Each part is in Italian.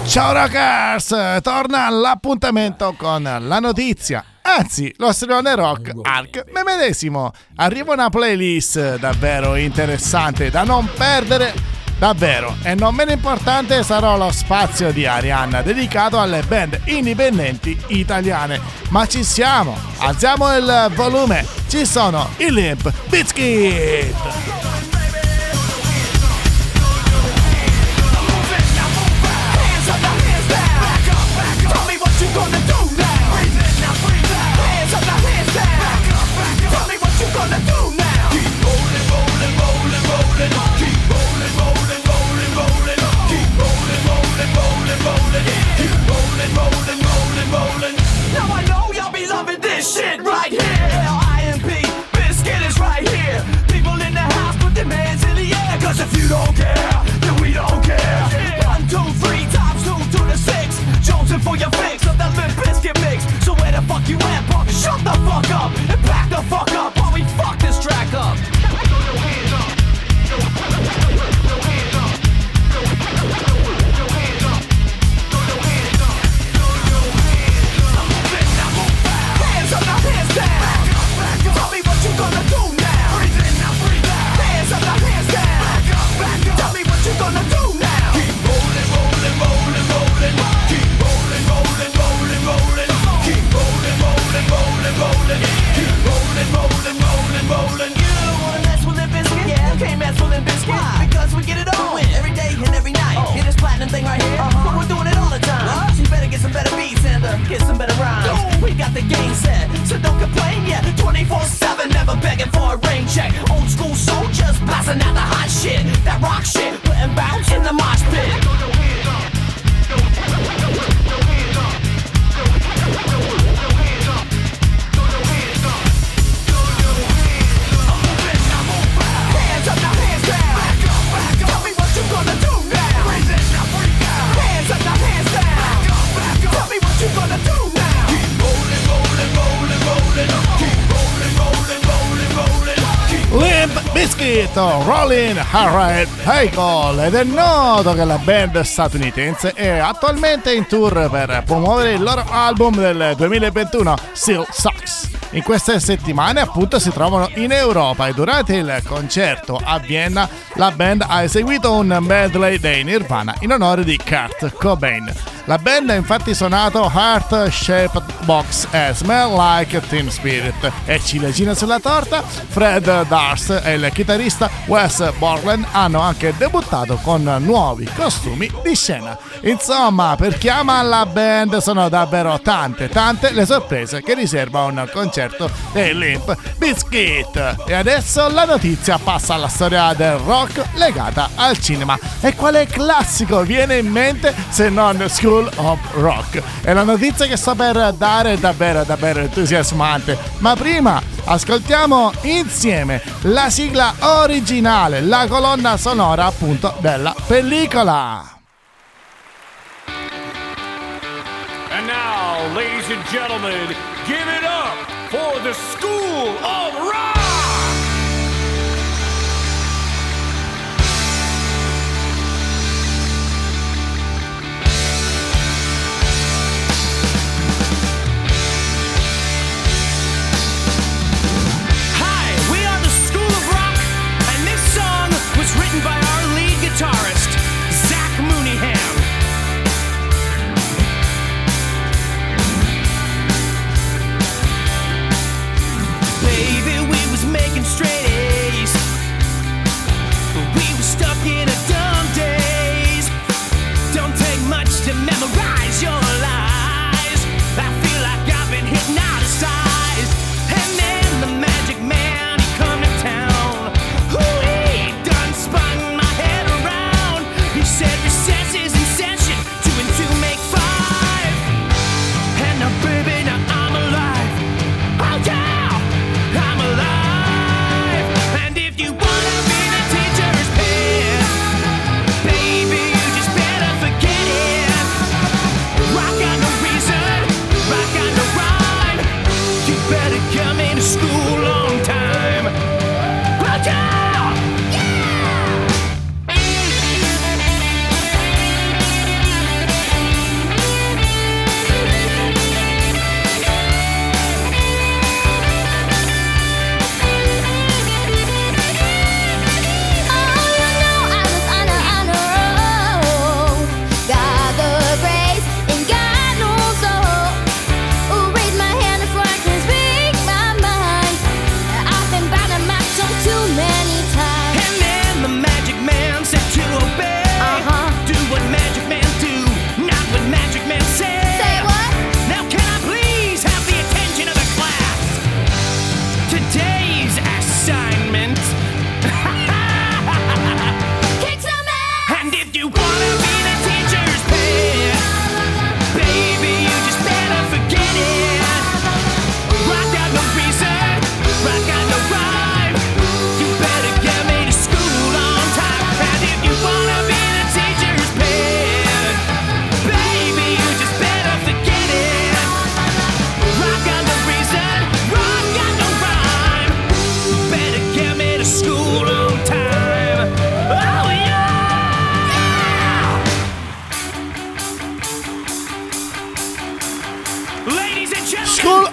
Ciao rockers, torna l'appuntamento con la notizia, anzi lo striscione rock Arc me medesimo. Arriva una playlist davvero interessante da non perdere, davvero, e non meno importante sarà lo spazio di Arianna dedicato alle band indipendenti italiane. Ma ci siamo, alziamo il volume, ci sono i Limp Bizkit. You gonna do now? Breathe in, now breathe out. Hands up, now hands down. Back up, back up. Tell me what you gonna do now? Keep rolling, rolling, rolling, rolling. Keep rolling, rolling, rolling, rolling. Keep rolling, rolling, rolling, rolling. Keep rolling, rolling, rolling, rolling. Now I know y'all be loving this shit right here. L-I-M-P, Bizkit is right here. People in the house, put their hands in the air. Cause if you don't care, then we don't care. 1, 2, 3 times 2 to the 6. Jonesing for your fix of that Limp Bizkit mix. So where the fuck you at, punk? Shut the fuck up and back the fuck up while we fuck this track up. Throw your hands up. Throw your hands up. Throw your hands up. Throw your hands up. Throw your hands up. Now move in, now move out. Hands up, now hands down. Back up, back up. Tell me what you gonna do now. Breathe in, now breathe out. Hands up, now hands down. Back up, back up. Tell me what you gonna do now. Keep rolling, rolling, rolling, rolling. Keep rolling, rolling, rolling, rolling. Keep rolling, rolling, rolling, rolling. Keep rolling, rolling, rolling, rolling. You don't wanna mess with Limp Bizkit? Yeah, you can't mess with Limp Bizkit. Why? Because we get it on every day and every night. Hear this platinum thing right here? But we're doing it all the time. So you better get some better beats and get some better rhymes. We got the game set, so don't complain. Yeah, 24/7, never begging for a rain check. Old school soldiers blasting out the hot shit, that rock shit, putting bounce in the mosh pit. Throw your hands up. Limp Bizkit, Rollin' Hard Vehicle. Ed è noto che la band statunitense è attualmente in tour per promuovere il loro album del 2021, Still Sucks. In queste settimane appunto si trovano in Europa e durante il concerto a Vienna la band ha eseguito un medley dei Nirvana in onore di Kurt Cobain. La band ha infatti suonato Heart Shaped Box e Smell Like Teen Spirit, e ciliegina sulla torta, Fred Durst e il chitarrista Wes Borland hanno anche debuttato con nuovi costumi di scena. Insomma, per chi ama la band sono davvero tante le sorprese che riserva un concerto dei Limp Bizkit. E adesso la notizia passa alla storia del rock legata al cinema. E quale classico viene in mente se non School of Rock? E la notizia che sto per dare è davvero entusiasmante, ma prima ascoltiamo insieme la sigla originale, la colonna sonora appunto della pellicola. And now, ladies and gentlemen, give it up for the School of Rock! Written by our lead guitarist, Zach Mooneyham. Baby, we were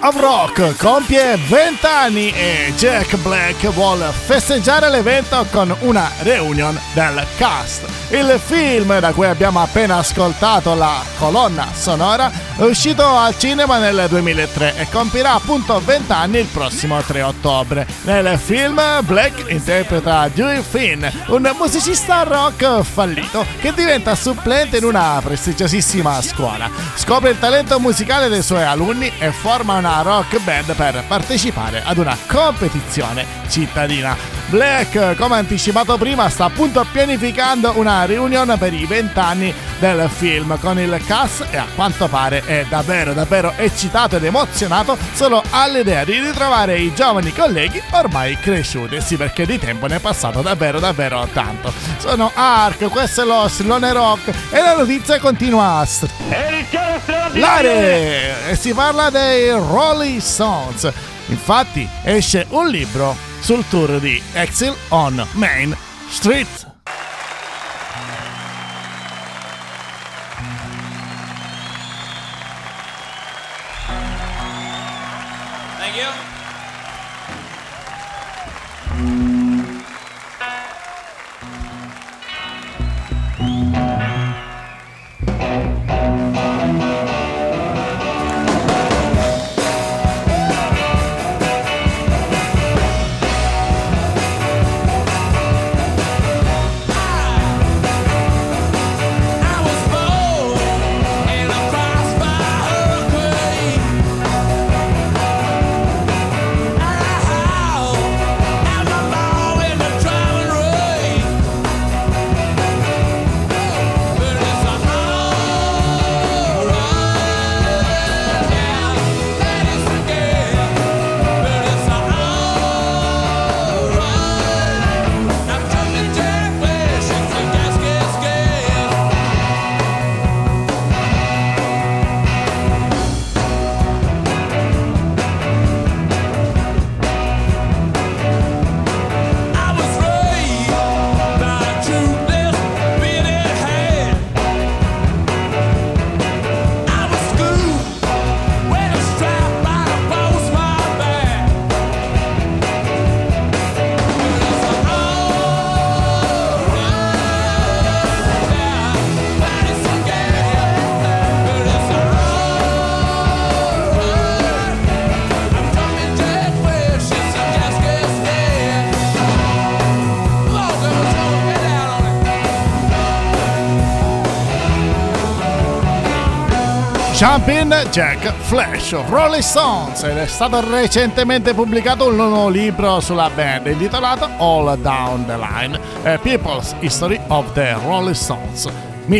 of Rock compie 20 anni e Jack Black vuole festeggiare l'evento con una reunion del cast. Il film, da cui abbiamo appena ascoltato la colonna sonora, è uscito al cinema nel 2003 e compirà appunto 20 anni il prossimo 3 ottobre. Nel film Black interpreta Dewey Finn, un musicista rock fallito che diventa supplente in una prestigiosissima scuola. Scopre il talento musicale dei suoi alunni e forma una rock band per partecipare ad una competizione cittadina. Black, come anticipato prima, sta appunto pianificando una reunion per i 20 anni del film con il cast e a quanto pare è davvero eccitato ed emozionato solo all'idea di ritrovare i giovani colleghi ormai cresciuti. Sì, perché di tempo ne è passato davvero tanto. Sono Ark, questo è lo Stillone Rock e la notizia continua a strillare e si parla dei Rolling Stones. Infatti esce un libro sul tour di Exile on Main Street. Thank you. Jumpin' Jack Flash, Rolling Stones, ed è stato recentemente pubblicato un nuovo libro sulla band intitolato All Down the Line, A People's History of the Rolling Stones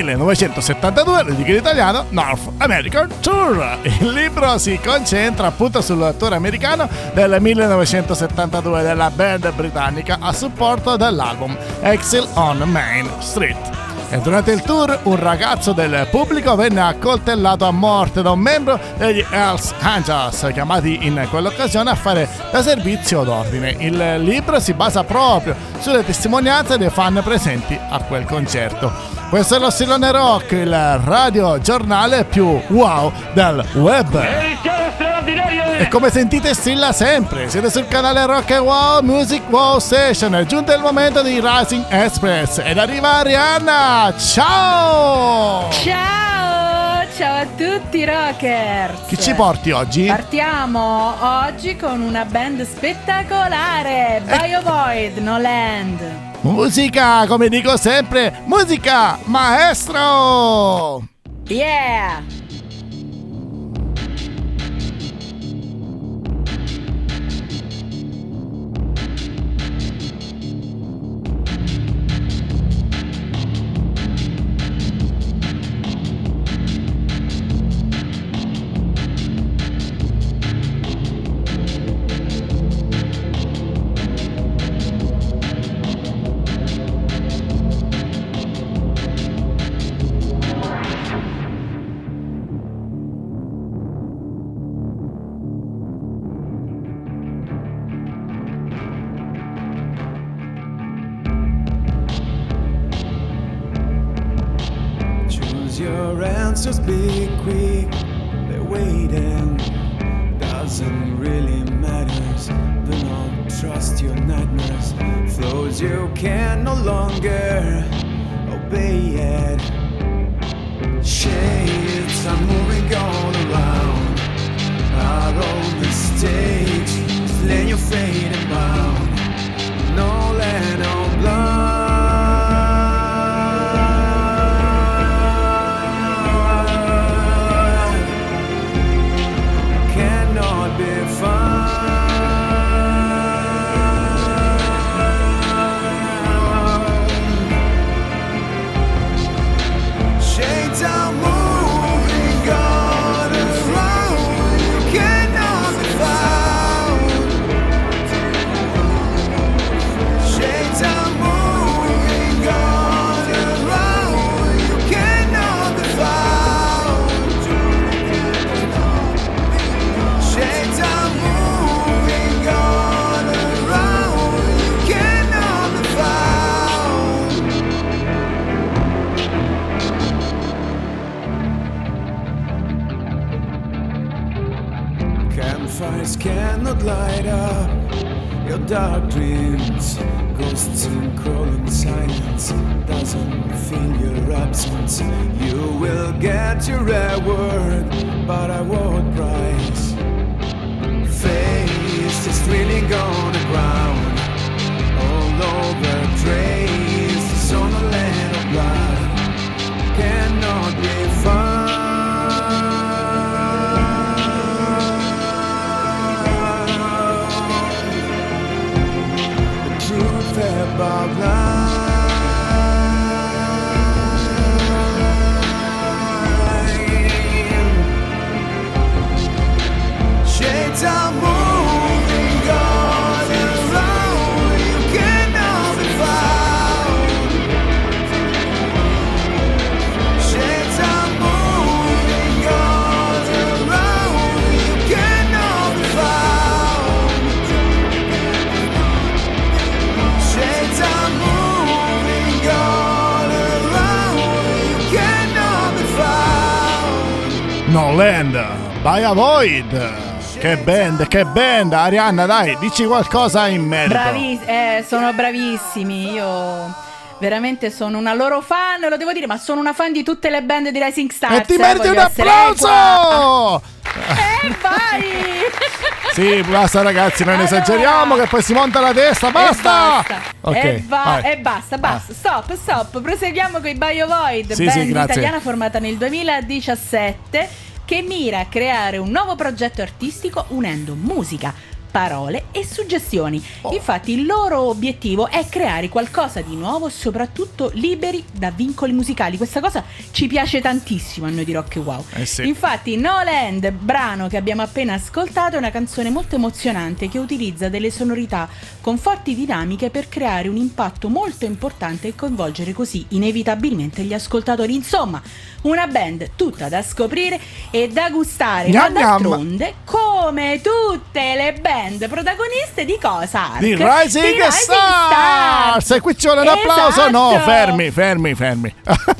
1972, lo dico in italiano, North American Tour. Il libro si concentra appunto sul tour americano del 1972 della band britannica a supporto dell'album Exile on Main Street. E durante il tour un ragazzo del pubblico venne accoltellato a morte da un membro degli Hells Angels, chiamati in quell'occasione a fare da servizio d'ordine. Il libro si basa proprio sulle testimonianze dei fan presenti a quel concerto. Questo è lo Stillone Rock, il radio giornale più wow del web. E come sentite strilla sempre, siete sul canale Rock and Wow Music Wow Station. È giunto il momento di Rising Express ed arriva Arianna. Ciao! Ciao a tutti rockers. Chi ci porti oggi? Partiamo oggi con una band spettacolare, Biovoid, No Land. Musica, come dico sempre, musica maestro! Yeah! Your answers be quick, they're waiting. doesn't really matters. Do not trust your nightmares. Those you can no longer obey yet. Shades are moving all around. Our own mistakes, slaying your fate and bound. No land of blood. Campfires cannot light up your dark dreams. Ghosts in crawling silence doesn't feel your absence. You will get your reward, but at what price? Face is drilling on the ground. All over traces on a land of blood cannot be found. About life, shades are moving all around. You cannot be found. Shades are moving all around. You cannot be found. Shades are moving all around. You cannot be found. No Land by Avoid. Che band, Arianna, dai, dici qualcosa in merito. Sono bravissimi, io veramente sono una loro fan, lo devo dire, ma sono una fan di tutte le band di Rising Stars. E ti meriti un voglio essere applauso! vai! Sì, basta ragazzi, non esageriamo che poi si monta la testa, basta! Ok, vai. Basta, stop, proseguiamo con i Biovoid, Sì, band grazie. italiana formata nel 2017 che mira a creare un nuovo progetto artistico unendo musica, parole e suggestioni. Infatti il loro obiettivo è creare qualcosa di nuovo e soprattutto liberi da vincoli musicali. Questa cosa ci piace tantissimo a noi di Rock Wow. Sì. Infatti No Land, brano che abbiamo appena ascoltato, è una canzone molto emozionante che utilizza delle sonorità con forti dinamiche per creare un impatto molto importante e coinvolgere così inevitabilmente gli ascoltatori. Insomma, una band tutta da scoprire e da gustare, ma d'altronde, come tutte le band protagoniste di cosa? Ark? Di Rising Stars! E qui ci vuole un applauso? No, fermi.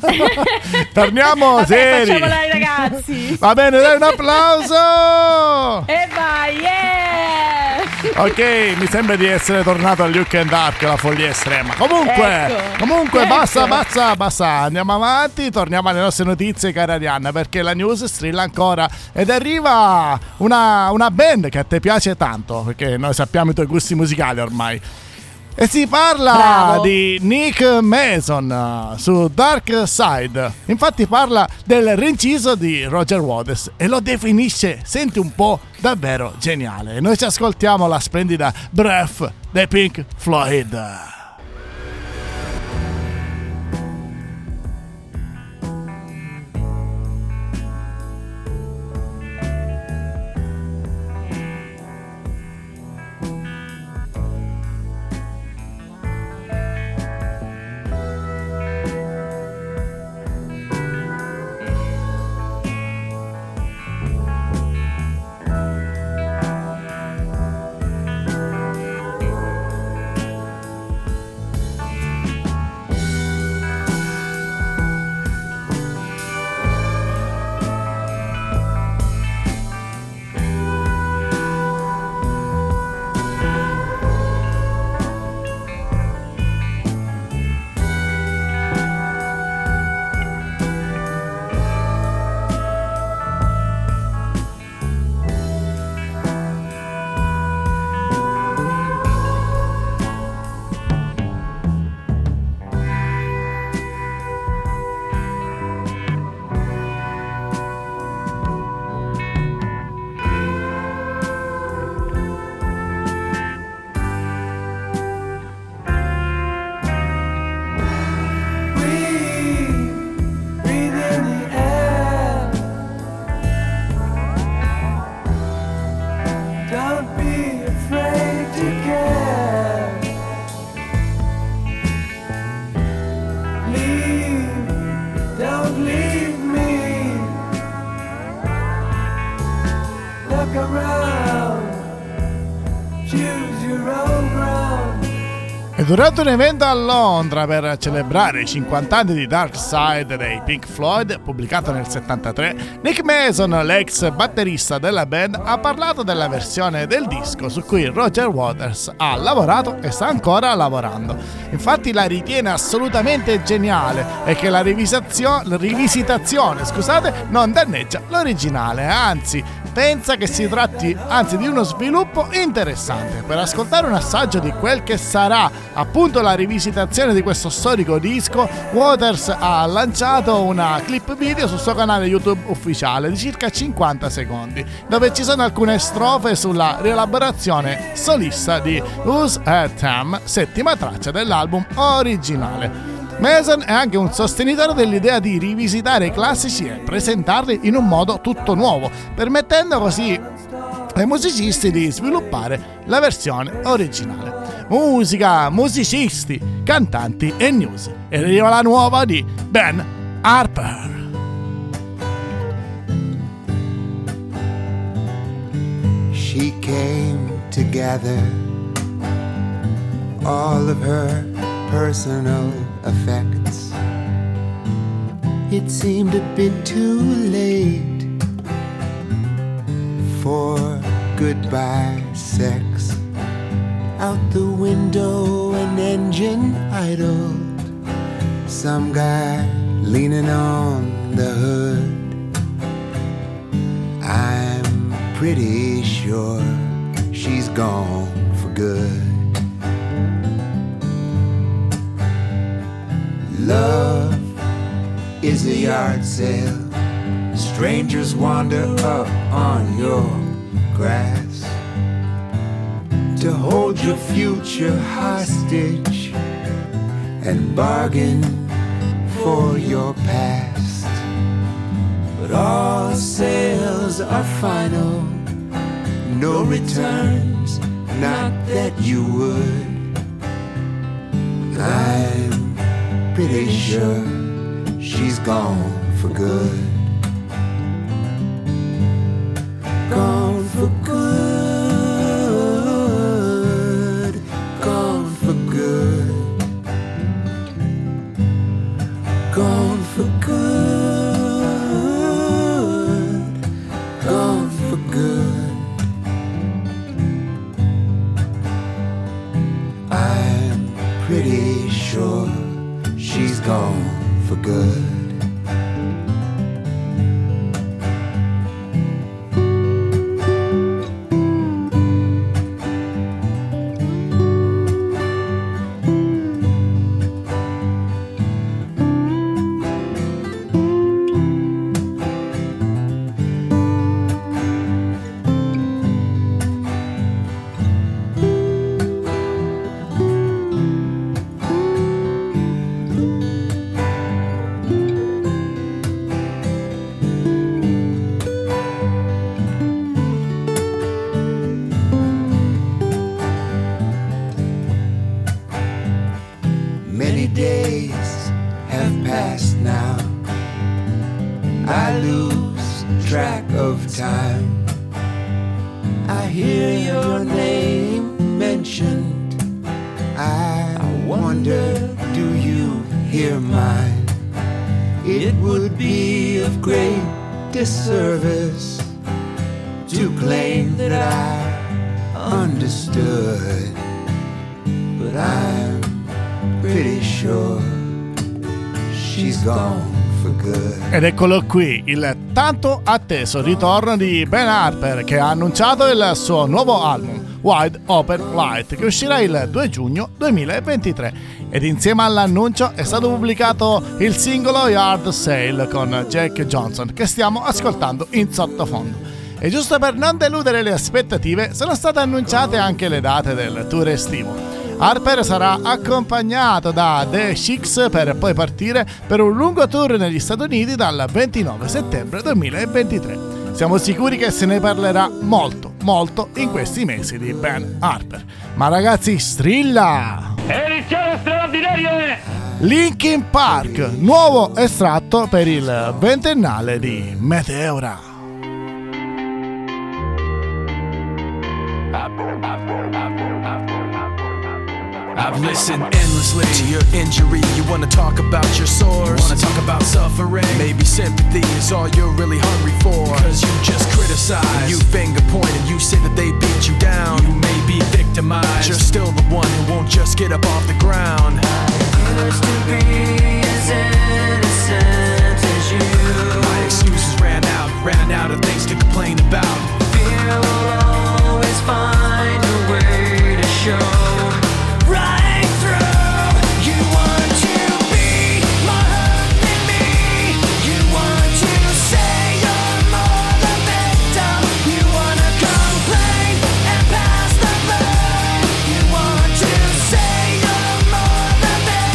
Torniamo seri. Facciamolo ai ragazzi. Va bene, dai un applauso. E vai, yeah! Ok, mi sembra di essere tornato a Luke and Dark, la follia estrema. Comunque, basta. Andiamo avanti, torniamo alle nostre notizie, cara Arianna, perché la news strilla ancora ed arriva una band che a te piace tanto, perché noi sappiamo i tuoi gusti musicali ormai. E si parla di Nick Mason su Dark Side. Infatti parla del rinciso di Roger Waters e lo definisce, senti un po', davvero geniale. Noi ci ascoltiamo la splendida Breath dei Pink Floyd. durante un evento a Londra per celebrare i 50 anni di Dark Side dei Pink Floyd, pubblicato nel 73, Nick Mason, l'ex batterista della band, ha parlato della versione del disco su cui Roger Waters ha lavorato e sta ancora lavorando. Infatti la ritiene assolutamente geniale e che la rivisitazione non danneggia l'originale, anzi pensa che si tratti di uno sviluppo interessante. Per ascoltare un assaggio di quel che sarà appunto la rivisitazione di questo storico disco, Waters ha lanciato una clip video sul suo canale YouTube ufficiale di circa 50 secondi, dove ci sono alcune strofe sulla rielaborazione solista di Who's At Them, settima traccia dell'album originale. Mason è anche un sostenitore dell'idea di rivisitare i classici e presentarli in un modo tutto nuovo, permettendo così ai musicisti di sviluppare la versione originale. Musica, musicisti, cantanti e news. E arriva la nuova di Ben Harper. She came together, all of her personal effects. It seemed a bit too late for goodbye sex. Out the window, an engine idled, some guy leaning on the hood. I'm pretty sure she's gone for good. Love is a yard sale. Strangers wander up on your grass to hold your future hostage and bargain for your past. But all sales are final, no returns, not that you would. I'm pretty sure she's gone for good. Gone for good. Gone for good. Gone for good. Gone for good. I'm pretty sure she's gone for good. Disservice to claim that I understood, but I'm pretty sure she's gone for good. Ed eccolo qui, il tanto atteso ritorno di Ben Harper, che ha annunciato il suo nuovo album Wide Open Light, che uscirà il 2 giugno 2023. Ed insieme all'annuncio è stato pubblicato il singolo Yard Sale con Jack Johnson, che stiamo ascoltando in sottofondo. E giusto per non deludere le aspettative, sono state annunciate anche le date del tour estivo. Harper sarà accompagnato da The Chicks per poi partire per un lungo tour negli Stati Uniti dal 29 settembre 2023. Siamo sicuri che se ne parlerà molto in questi mesi di Ben Harper. Ma ragazzi, strilla! Edizione straordinaria! Linkin Park, nuovo estratto per il ventennale di Meteora. I've listened endlessly to your injury. You wanna talk about your sores, wanna talk about suffering. Maybe sympathy is all you're really hungry for. Cause you just criticize, and you finger point, and you say that they beat you down. You may be victimized, you're still the one who won't just get up off the ground. I used to be as innocent as you. My excuses ran out of things to complain about. Fear will always find a way to show. Right through, you want to be more hurt than me. You want to say you're more the victim. You wanna complain and pass the blame. You want to say you're more the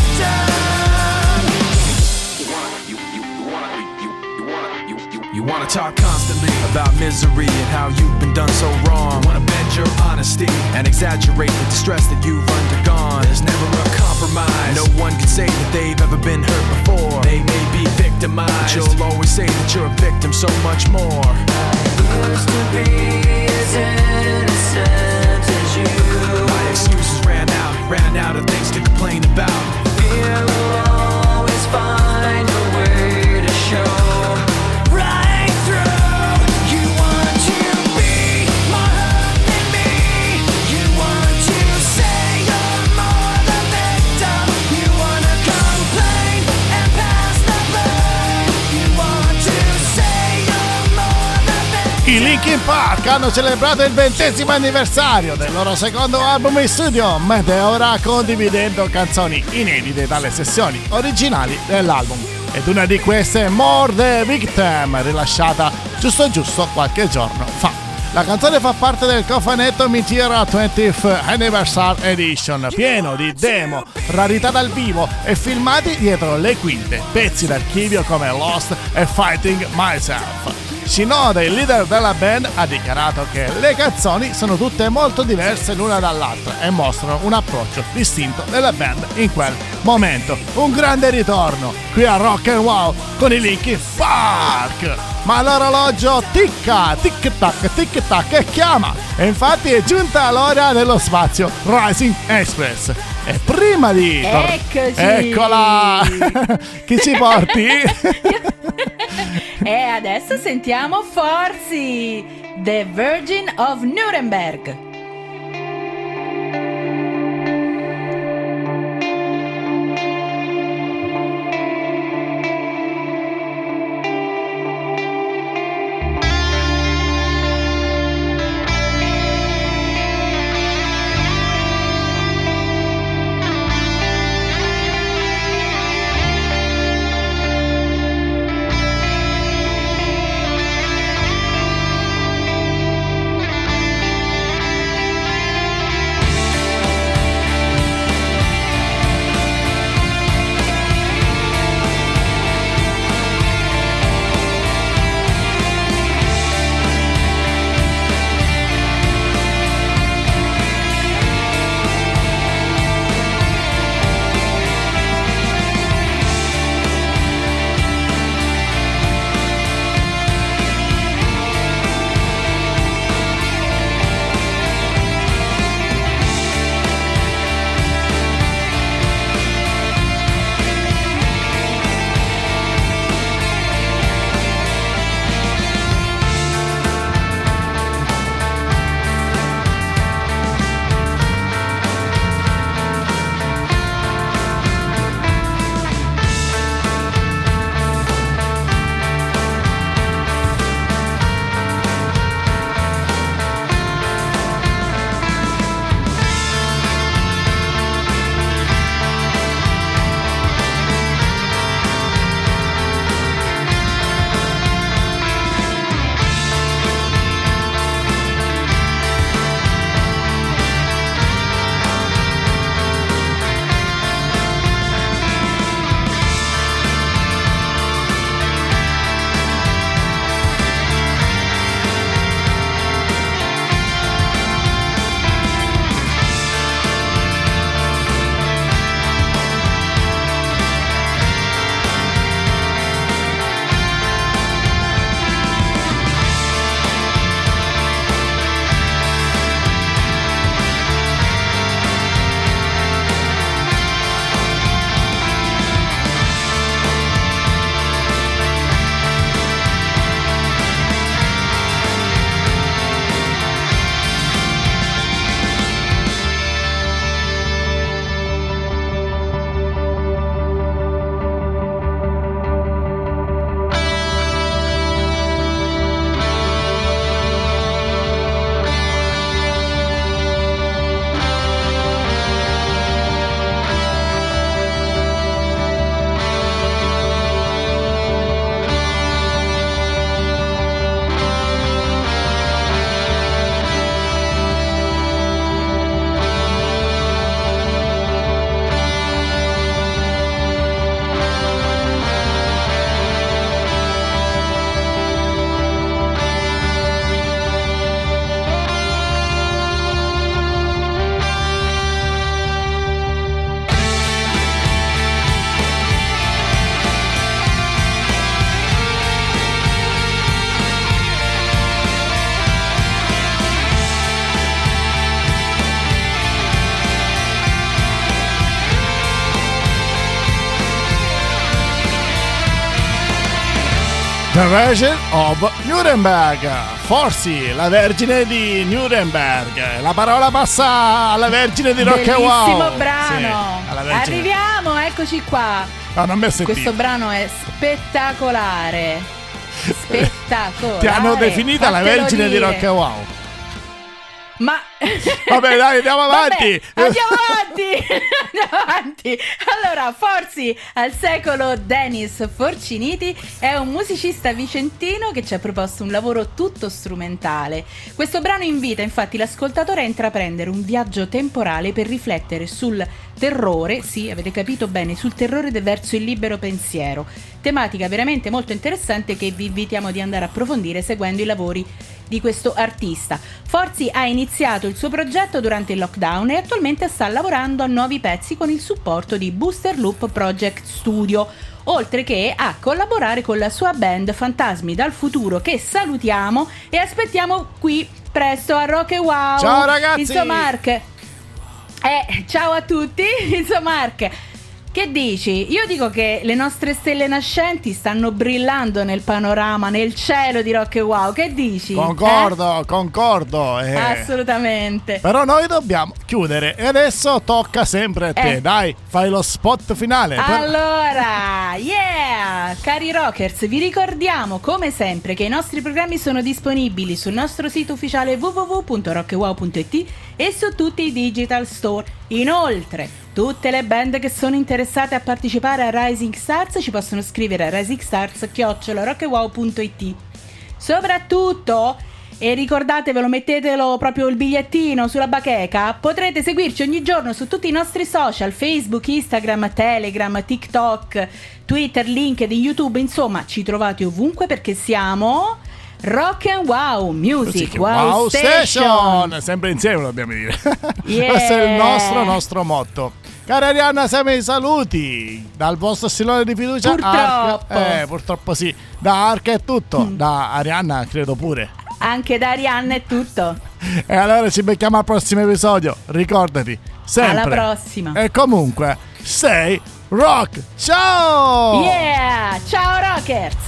victim. You wanna talk constantly about misery and how you've been done so wrong. You wanna bend your honesty and exaggerate the distress that you've undergone. There's never a compromise. No one can say that they've ever been hurt before. They may be victimized, but you'll always say that you're a victim so much more. I used to be as innocent as you. My excuses ran out of things to complain about. Fear will always find a way to show. I Linkin Park hanno celebrato il 20° anniversario del loro secondo album in studio, Meteora, condividendo canzoni inedite dalle sessioni originali dell'album. Ed una di queste è More the Victim, rilasciata giusto qualche giorno fa. La canzone fa parte del cofanetto Meteora 20th Anniversary Edition, pieno di demo, rarità dal vivo e filmati dietro le quinte, pezzi d'archivio come Lost e Fighting Myself. Shinoda, il leader della band, ha dichiarato che le canzoni sono tutte molto diverse l'una dall'altra e mostrano un approccio distinto della band in quel momento. Un grande ritorno qui a Rock and Wow con i Linkin Park. Ma l'orologio ticca, tic tac e chiama, e infatti è giunta l'ora dello spazio Rising Express. E prima di Eccoci! Eccola! Chi ci porti? E adesso sentiamo Forzi, The Virgin of Nuremberg. The Virgin of Nuremberg. Forsi, la Vergine di Nuremberg. La parola passa alla Vergine di Rock and Wow. Bellissimo brano. Sì, alla Vergine. Arriviamo, eccoci qua. No, non mi hai sentito. Questo brano è spettacolare. Spettacolare. Ti hanno definita la Fatelo Vergine di dire. Rock and Wow. Ma Vabbè, dai, andiamo avanti. Vabbè, andiamo avanti. Allora, Forzi al secolo, Denis Forciniti è un musicista vicentino che ci ha proposto un lavoro tutto strumentale. Questo brano invita infatti l'ascoltatore a intraprendere un viaggio temporale per riflettere sul terrore, sì, avete capito bene, sul terrore verso il libero pensiero. Tematica veramente molto interessante che vi invitiamo di andare a approfondire seguendo i lavori di questo artista. Forzi ha iniziato il suo progetto durante il lockdown e attualmente sta lavorando a nuovi pezzi con il supporto di Booster Loop Project Studio, oltre che a collaborare con la sua band Fantasmi dal futuro, che salutiamo e aspettiamo qui presto a Rock and Wow. Ciao ragazzi! Insomma, Mark, ciao a tutti. Insomma, Mark, che dici? Io dico che le nostre stelle nascenti stanno brillando nel panorama, nel cielo di Rock and Wow. Che dici? Concordo. Assolutamente. Però noi dobbiamo chiudere e adesso tocca sempre a te. Dai, fai lo spot finale. Allora, cari rockers, vi ricordiamo come sempre che i nostri programmi sono disponibili sul nostro sito ufficiale www.rockandwow.it e su tutti i digital store. Inoltre, tutte le band che sono interessate a partecipare a Rising Stars ci possono scrivere a risingstars@rockandwow.it. Soprattutto, e ricordatevelo, mettetelo proprio il bigliettino sulla bacheca, potrete seguirci ogni giorno su tutti i nostri social: Facebook, Instagram, Telegram, TikTok, Twitter, LinkedIn, YouTube. Insomma, ci trovate ovunque perché siamo Rock and Wow Music Wow Station. Sempre insieme lo dobbiamo dire. Yeah. Questo è il nostro motto. Cara Arianna, siamo i saluti dal vostro stilone di fiducia. Purtroppo. Purtroppo sì. Da Arca è tutto. Da Arianna credo pure. Anche da Arianna è tutto. E allora ci becchiamo al prossimo episodio. Ricordati sempre. Alla prossima. E comunque, stay rock. Ciao. Yeah, ciao rockers.